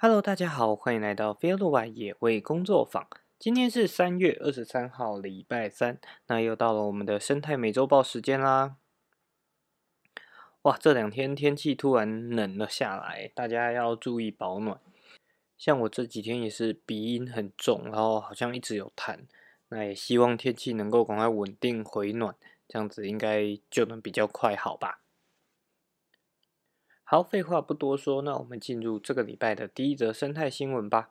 Hello，大家好，欢迎来到 Fieldby 野味工作坊。今天是3月23号，礼拜三，那又到了我们的生态美洲豹时间啦。哇，这两天天气突然冷了下来，大家要注意保暖。像我这几天也是鼻音很重，然后好像一直有痰，那也希望天气能够赶快稳定回暖，这样子应该就能比较快好吧。好，废话不多说，那我们进入这个礼拜的第一则生态新闻吧。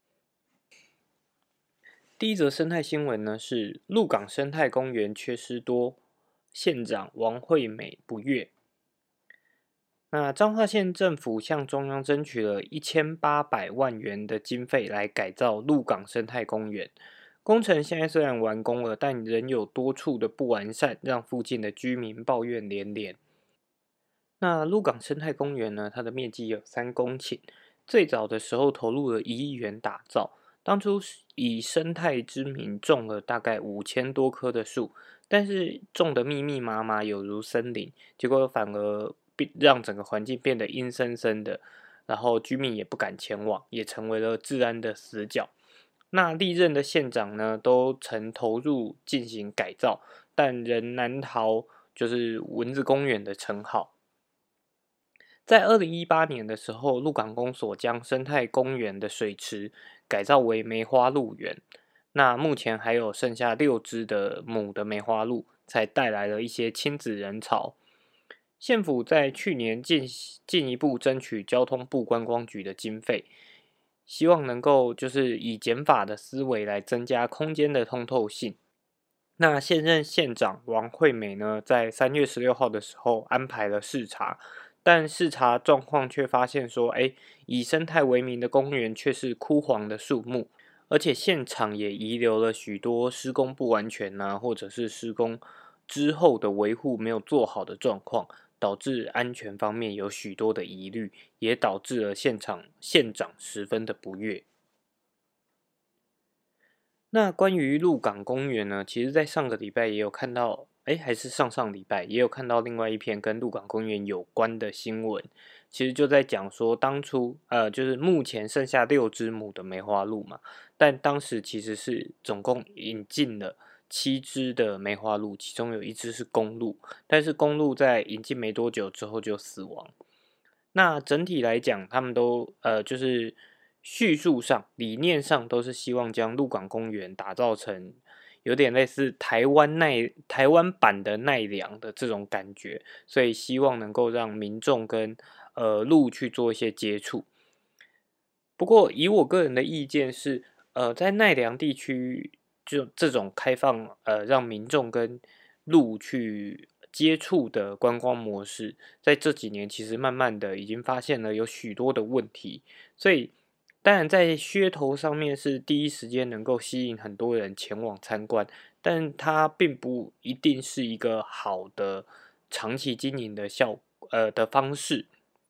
第一则生态新闻呢是鹿港生态公园缺失多，县长王惠美不悦。那彰化县政府向中央争取了1800万元的经费来改造鹿港生态公园。工程现在虽然完工了，但仍有多处的不完善，让附近的居民抱怨连连。那鹿港生态公园呢，它的面积有3公顷，最早的时候投入了1亿元打造。当初以生态之名种了大概5000多棵的树，但是种得密密麻麻，有如森林，结果反而让整个环境变得阴森森的，然后居民也不敢前往，也成为了治安的死角。那历任的县长呢，都曾投入进行改造，但仍难逃就是蚊子公园的称号。在2018年的时候，鹿港公所将生态公园的水池改造为梅花鹿园。那目前还有剩下6只的母的梅花鹿，才带来了一些亲子人潮。县府在去年进一步争取交通部观光局的经费，希望能够就是以减法的思维来增加空间的通透性。那现任县长王惠美呢，在3月16号的时候安排了视察，但视察状况却发现说，以生态为名的公园却是枯黄的树木，而且现场也遗留了许多施工不完全或者是施工之后的维护没有做好的状况，导致安全方面有许多的疑虑，也导致了县长十分的不悦。那关于鹿港公园呢，其实在上个礼拜也有看到，还是上上礼拜也有看到另外一篇跟鹿港公园有关的新闻，其实就在讲说当初就是目前剩下6只母的梅花鹿嘛，但当时其实是总共引进了7只的梅花鹿，其中有1只是公鹿，但是公鹿在引进没多久之后就死亡。那整体来讲，他们都就是叙述上、理念上都是希望将鹿港公园打造成有点类似台湾版的奈良的这种感觉，所以希望能够让民众跟鹿去做一些接触。不过以我个人的意见是，在奈良地区就这种开放让民众跟鹿去接触的观光模式，在这几年其实慢慢的已经发现了有许多的问题，所以当然在噱头上面是第一时间能够吸引很多人前往参观，但它并不一定是一个好的长期经营的方式。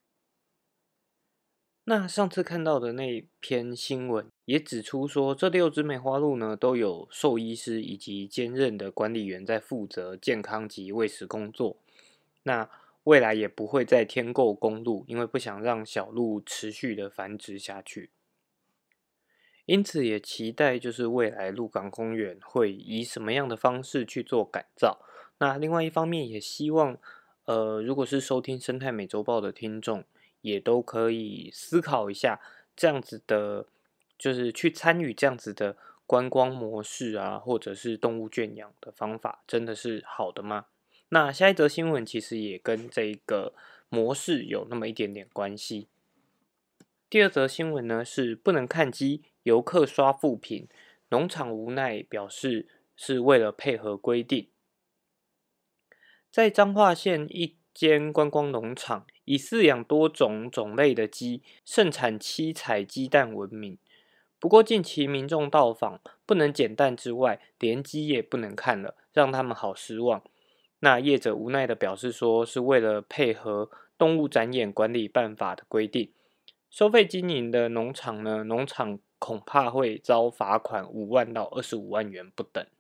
那上次看到的那篇新闻也指出说，这6只梅花鹿呢都有兽医师以及兼任的管理员在负责健康及喂食工作。那未来也不会再添购公鹿，因为不想让小鹿持续的繁殖下去。因此也期待就是未来鹿港公园会以什么样的方式去做改造。那另外一方面也希望，如果是收听生态美洲豹的听众，也都可以思考一下，这样子的，就是去参与这样子的观光模式或者是动物圈养的方法，真的是好的吗？那下一则新闻其实也跟这个模式有那么一点点关系。第二则新闻呢是不能看鸡，游客刷负评，农场无奈表示是为了配合规定。在彰化县一间观光农场，以饲养多种种类的鸡，盛产七彩鸡蛋闻名。不过近期民众到访，不能捡蛋之外，连鸡也不能看了，让他们好失望。那业者无奈的表示说，是为了配合动物展演管理办法的规定。收费经营的农场呢，农场恐怕会遭罚款5万到25万元不等。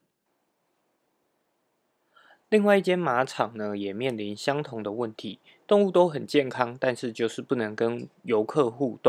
另外一间马场呢，也面临相同的问题，动物都很健康，但是就是不能跟游客互动。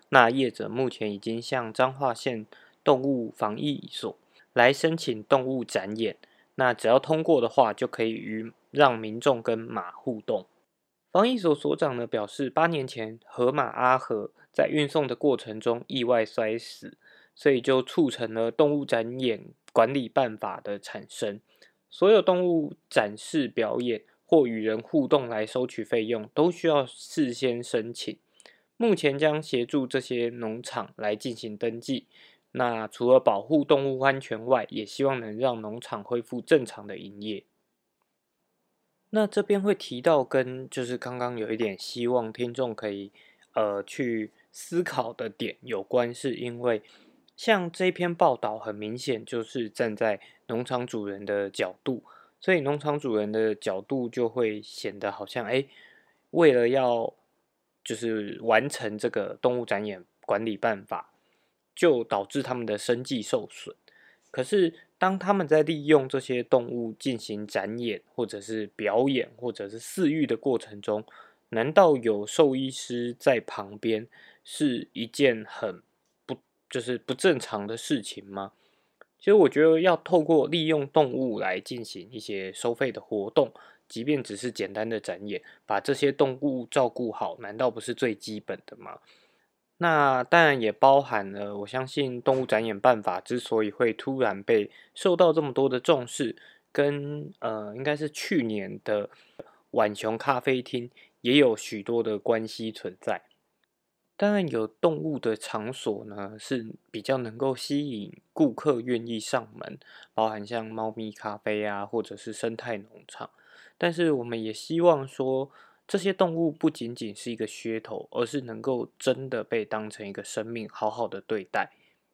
那业者目前已经向彰化县动物防疫所来申请动物展演，那只要通过的话，就可以让民众跟马互动。防疫所所长呢表示，8年前河马阿和在运送的过程中意外摔死，所以就促成了动物展演管理办法的产生。所有动物展示表演或与人互动来收取费用，都需要事先申请。目前将协助这些农场来进行登记。那除了保护动物安全外，也希望能让农场恢复正常的营业。那这边会提到跟就是刚刚有一点希望听众可以去思考的点有关，是因为像这篇报道很明显就是站在农场主人的角度，所以农场主人的角度就会显得好像为了要就是完成这个动物展演管理办法，就导致他们的生计受损。可是，当他们在利用这些动物进行展演，或者是表演，或者是饲育的过程中，难道有兽医师在旁边是一件很就是不正常的事情吗？其实我觉得要透过利用动物来进行一些收费的活动，即便只是简单的展演，把这些动物照顾好，难道不是最基本的吗？那当然也包含了，我相信动物展演办法之所以会突然被受到这么多的重视，跟应该是去年的浣熊咖啡厅也有许多的关系存在。当然，有动物的场所呢是比较能够吸引顾客愿意上门，包含像猫咪咖啡啊，或者是生态农场。但是我们也希望说，这些动物不仅仅是一个噱头，而是能够真的被当成一个生命，好好的对待。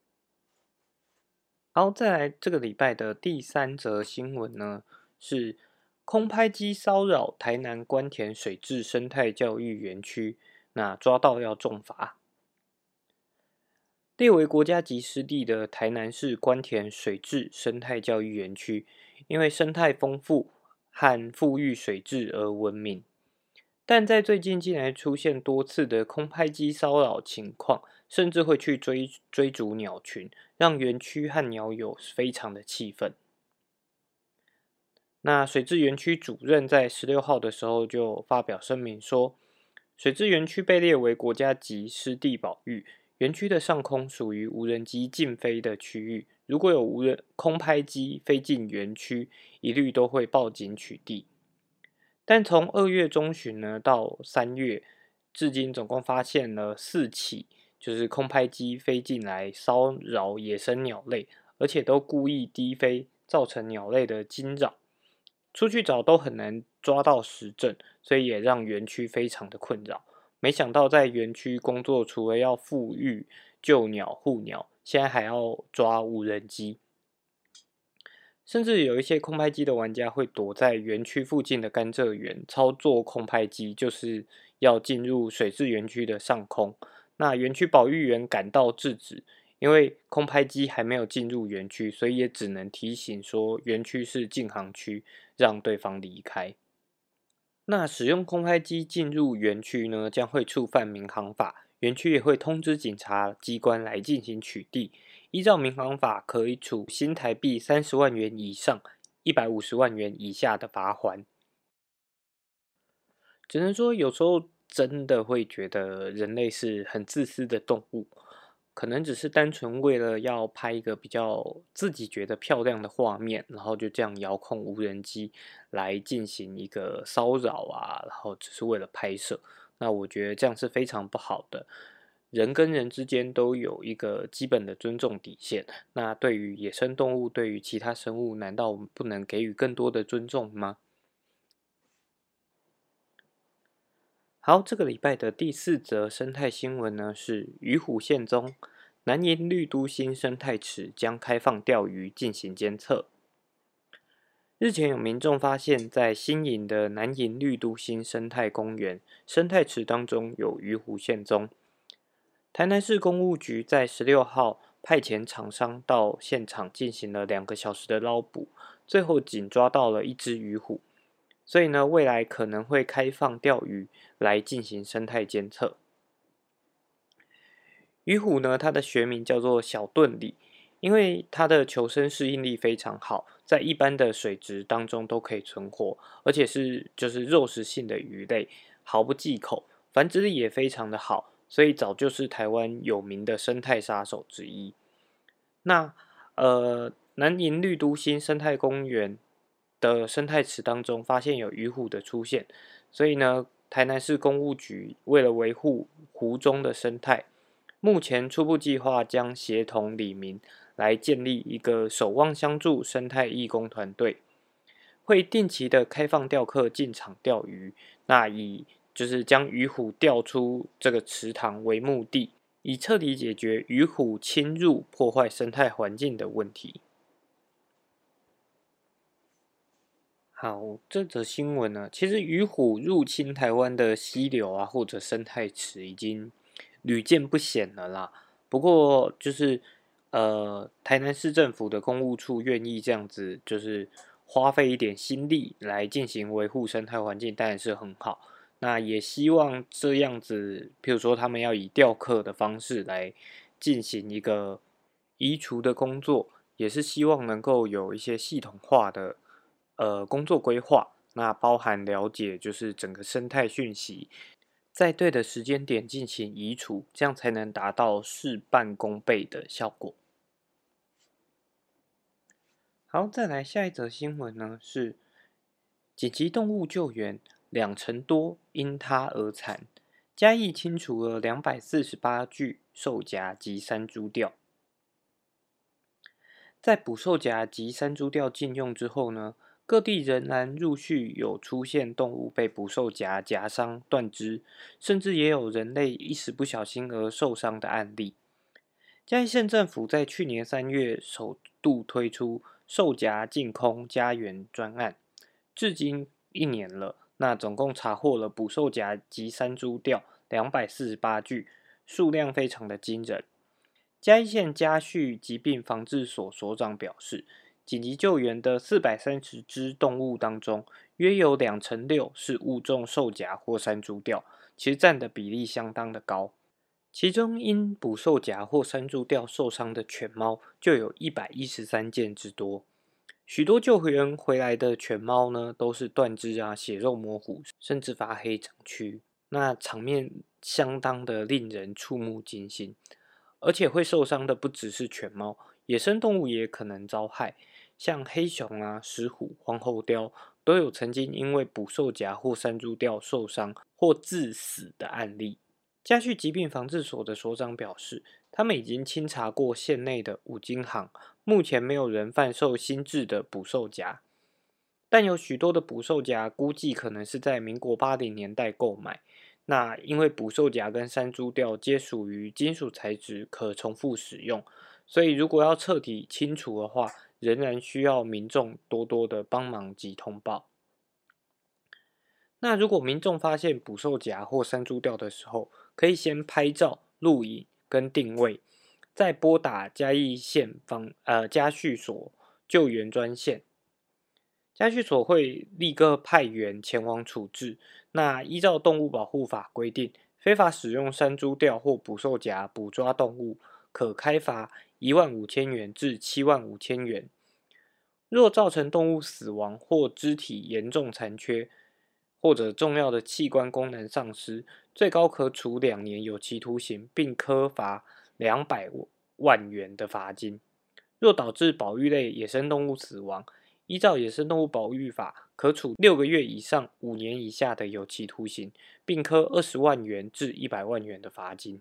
好，再来这个礼拜的第3则新闻呢，是空拍机骚扰台南关田水质生态教育园区，那抓到要重罚。列为国家级湿地的台南市关田水质生态教育园区，因为生态丰富和富裕水质而闻名。但在最近竟然出现多次的空拍机骚扰情况，甚至会去追逐鸟群，让园区和鸟友非常的气愤。那水质园区主任在16号的时候就发表声明说，水质园区被列为国家级湿地保育，园区的上空属于无人机禁飞的区域，如果有空拍机飞进园区，一律都会报警取缔。但从2月中旬呢到3月，至今总共发现了4起，就是空拍机飞进来骚扰野生鸟类，而且都故意低飞，造成鸟类的惊扰。出去找都很难抓到实证，所以也让园区非常的困扰。没想到在园区工作，除了要复育、救鸟、护鸟，现在还要抓无人机。甚至有一些空拍机的玩家会躲在园区附近的甘蔗园操作空拍机，就是要进入水质园区的上空。那园区保育员赶到制止，因为空拍机还没有进入园区，所以也只能提醒说园区是禁航区，让对方离开。那使用空拍机进入园区呢，将会触犯民航法，园区也会通知警察机关来进行取缔。依照民航法，可以处新台币30万元以上150万元以下的罚锾。只能说，有时候真的会觉得人类是很自私的动物，可能只是单纯为了要拍一个比较自己觉得漂亮的画面，然后就这样遥控无人机来进行一个骚扰啊，然后只是为了拍摄。那我觉得这样是非常不好的。人跟人之间都有一个基本的尊重底线。那对于野生动物，对于其他生物，难道我们不能给予更多的尊重吗？好，这个礼拜的第4则生态新闻呢，是鱼虎县中南营绿都新生态池将开放钓鱼进行监测。日前有民众发现，在新营的南营绿都新生态公园生态池当中有鱼虎现踪。台南市公务局在16号派遣厂商到现场进行了2个小时的捞捕，最后仅抓到了1只鱼虎。所以呢，未来可能会开放钓鱼来进行生态监测。 鱼虎呢，它的学名叫做小盾鲤，因为它的求生适应力非常好，在一般的水质当中都可以存活，而且是就是肉食性的鱼类，毫不忌口，繁殖力也非常的好，所以早就是台湾有名的生态杀手之一。那南营绿都新生态公园的生态池当中发现有鱼虎的出现，所以呢，台南市公务局为了维护湖中的生态，目前初步计划将协同里民来建立一个守望相助生态义工团队，会定期的开放钓客进场钓鱼，那以就是将鱼虎钓出这个池塘为目的，以彻底解决鱼虎侵入破坏生态环境的问题。好，这则新闻呢，其实鱼虎入侵台湾的溪流啊，或者生态池已经屡见不鲜了啦。不过就是台南市政府的公务处愿意这样子，就是花费一点心力来进行维护生态环境，当然是很好。那也希望这样子，譬如说他们要以钓客的方式来进行一个移除的工作，也是希望能够有一些系统化的工作规划，那包含了解就是整个生态讯息，在对的时间点进行移除，这样才能达到事半功倍的效果。好，再来下一则新闻呢是紧急动物救援，2成多因它而惨，嘉义清除了248具兽夹及山猪吊。在捕兽夹及山猪吊禁用之后呢，各地仍然陆续有出现动物被捕兽夹夹伤、断肢，甚至也有人类一时不小心而受伤的案例。嘉义县政府在去年3月首度推出兽夹净空家园专案，至今1年了。那总共查获了捕兽夹及山猪吊248具，数量非常的惊人。嘉义县家畜疾病防治所所长表示，紧急救援的430只动物当中，约有6成是误中兽夹或山猪吊，其实占的比例相当的高。其中因捕兽夹或山猪吊受伤的犬猫就有113件之多。许多救援回来的犬猫呢，都是断肢啊、血肉模糊，甚至发黑长蛆，那场面相当的令人触目惊心。而且会受伤的不只是犬猫，野生动物也可能遭害，像黑熊啊、石虎、黄喉貂都有曾经因为捕兽夹或山猪吊受伤或致死的案例。家畜疾病防治所的所长表示，他们已经清查过县内的五金行，目前没有人贩售新制的捕兽夹，但有许多的捕兽夹估计可能是在民国80年代购买。那因为捕兽夹跟山猪吊皆属于金属材质，可重复使用，所以如果要彻底清除的话，仍然需要民众多多的帮忙及通报。那如果民众发现捕兽夹或山猪吊的时候，可以先拍照、录影跟定位，再拨打嘉义县家畜所救援专线，家畜所会立刻派员前往处置。那依照动物保护法规定，非法使用山猪吊或捕兽夹捕抓动物，可开罚15000元至75000元。若造成动物死亡或肢体严重残缺，或者重要的器官功能丧失，最高可处2年有期徒刑，并科罚200万元的罚金。若导致保育类野生动物死亡，依照野生动物保育法，可处6个月以上5年以下的有期徒刑，并科20万元至100万元的罚金。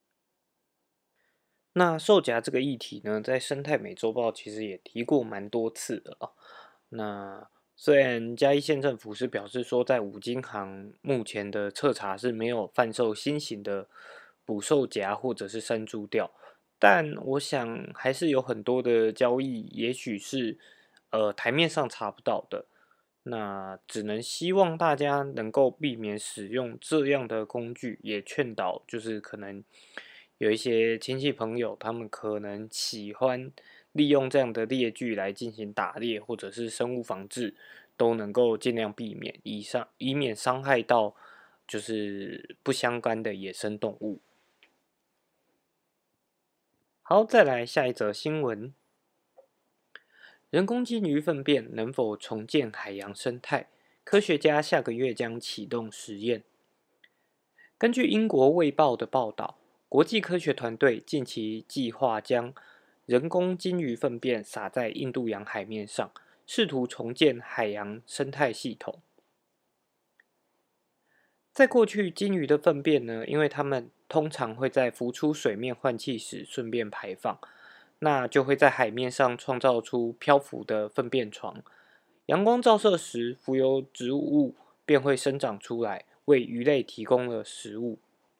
那兽夹这个议题呢，在生态美周报其实也提过蛮多次的哦。那虽然嘉义县政府是表示说，在五金行目前的彻查是没有贩售新型的捕兽夹或者是山猪吊，但我想还是有很多的交易，也许是台面上查不到的。那只能希望大家能够避免使用这样的工具，也劝导就是可能有一些亲戚朋友，他们可能喜欢利用这样的猎具来进行打猎或者是生物防治，都能够尽量避免，以免伤害到就是不相干的野生动物。 好，再来下一则新闻：人工鲸鱼粪便能否重建海洋生态？科学家下个月将启动实验。根据英国《卫报》的报道，国际科学团队近期计划将人工鲸鱼粪便撒在印度洋海面上，试图重建海洋生态系统。在过去，鲸鱼的粪便呢，因为它们通常会在浮出水面换气时顺便排放，那就会在海面上创造出漂浮的粪便床。阳光照射时，浮游植物便会生长出来，为鱼类提供了食物。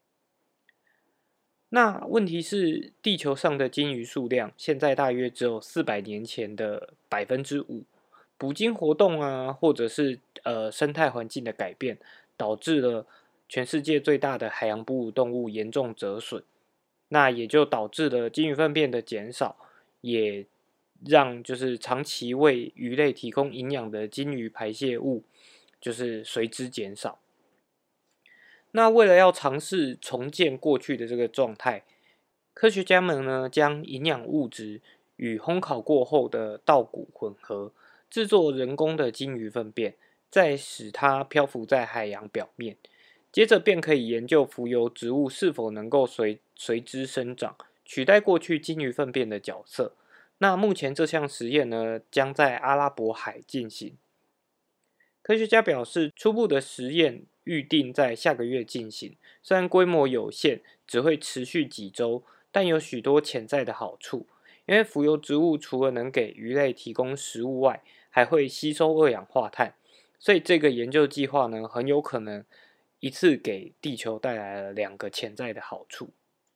那问题是，地球上的鲸鱼数量现在大约只有400年前的5%。捕鲸活动啊，或者是生态环境的改变，导致了全世界最大的海洋哺乳动物严重折损。那也就导致了鲸鱼粪便的减少，也让就是长期为鱼类提供营养的鲸鱼排泄物就是随之减少。那为了要尝试重建过去的这个状态，科学家们呢将营养物质与烘烤过后的稻谷混合，制作人工的鲸鱼粪便，再使它漂浮在海洋表面。接着便可以研究浮游植物是否能够随之生长，取代过去鲸鱼粪便的角色。那目前这项实验呢，将在阿拉伯海进行。科学家表示，初步的实验预定在下个月进行，虽然规模有限，只会持续几周，但有许多潜在的好处。因为浮游植物除了能给鱼类提供食物外，还会吸收二氧化碳，所以这个研究计划呢，很有可能一次给地球带来了2个潜在的好处。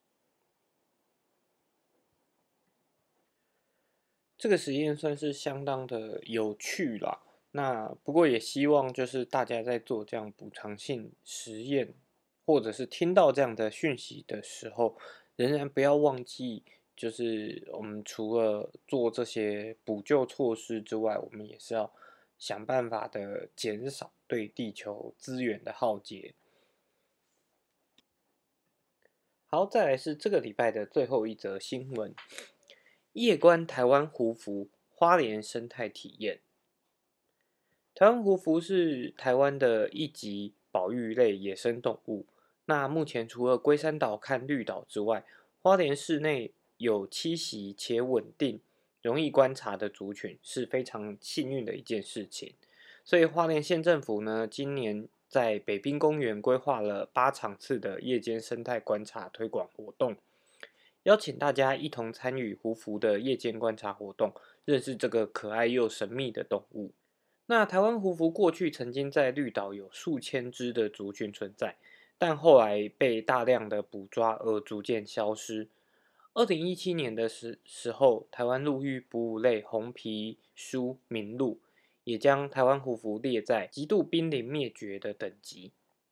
这个实验算是相当的有趣啦。那不过也希望就是大家在做这样补偿性实验，或者是听到这样的讯息的时候，仍然不要忘记，就是我们除了做这些补救措施之外，我们也是要想办法的减少对地球资源的耗竭。好，再来是这个礼拜的最后一则新闻：夜观台湾胡服，花莲生态体验。台湾胡服是台湾的一级保育类野生动物。那目前除了龟山岛和绿岛之外，花莲市内有栖息且稳定、容易观察的族群，是非常幸运的一件事情。所以花莲县政府呢，今年在北滨公园规划了8场次的夜间生态观察推广活动，邀请大家一同参与胡服的夜间观察活动，认识这个可爱又神秘的动物。那台湾胡服过去曾经在绿岛有数千只的族群存在，但后来被大量的捕抓而逐渐消失。2017年的时候，台湾陆域哺乳类红皮书名录也将台湾胡服列在极度濒临灭绝的等级。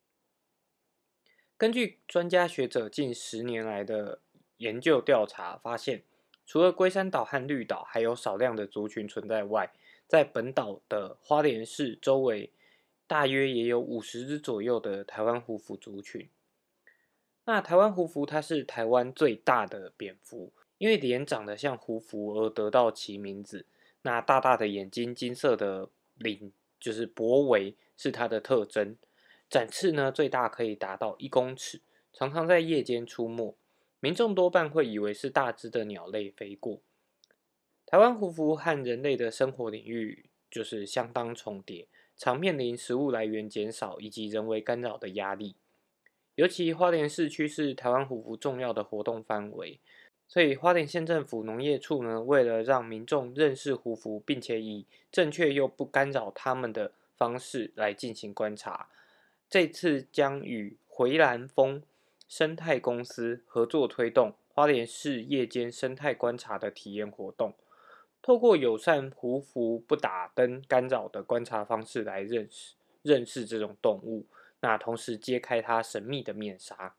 根据专家学者近10年来的研究调查发现，除了龟山岛和绿岛还有少量的族群存在外，在本岛的花莲市周围，大约也有50只左右的台湾胡服族群。那台湾胡服它是台湾最大的蝙蝠，因为脸长得像胡服而得到其名字。那大大的眼睛、金色的鳞就是脖围是它的特征。展翅呢最大可以达到1公尺，常常在夜间出没。民众多半会以为是大只的鸟类飞过。台湾胡服和人类的生活领域就是相当重叠，常面临食物来源减少以及人为干扰的压力。尤其花莲市区是台湾胡服重要的活动范围，所以花莲县政府农业处呢，为了让民众认识胡服，并且以正确又不干扰他们的方式来进行观察，这次将与回蓝峰生态公司合作推动花莲市夜间生态观察的体验活动。透过友善胡服不打灯干扰的观察方式来认识这种动物，那同时揭开它神秘的面纱。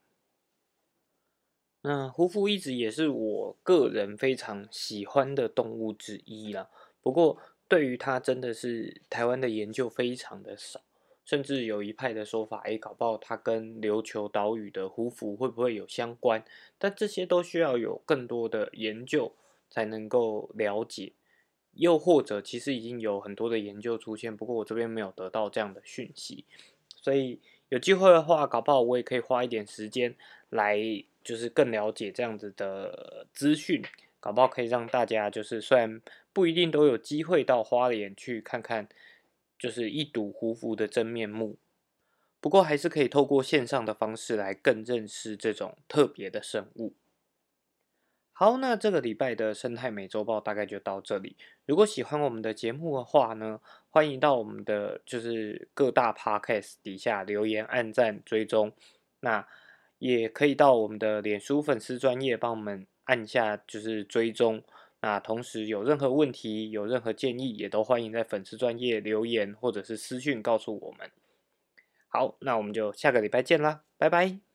那胡服一直也是我个人非常喜欢的动物之一啦。不过对于它真的是台湾的研究非常的少， 甚至有一派的说法，搞不好它跟琉球岛屿的胡服会不会有相关？但这些都需要有更多的研究才能够了解，又或者其实已经有很多的研究出现，不过我这边没有得到这样的讯息，所以有机会的话，搞不好我也可以花一点时间来，就是更了解这样子的资讯，搞不好可以让大家就是虽然不一定都有机会到花莲去看看，就是一睹胡服的真面目，不过还是可以透过线上的方式来更认识这种特别的生物。好，那这个礼拜的生态美洲豹大概就到这里。如果喜欢我们的节目的话呢，欢迎到我们的就是各大 podcast 底下留言、按赞、追踪。那也可以到我们的脸书粉丝专页帮我们按下就是追踪。那同时有任何问题、有任何建议，也都欢迎在粉丝专页留言或者是私讯告诉我们。好，那我们就下个礼拜见啦，拜拜。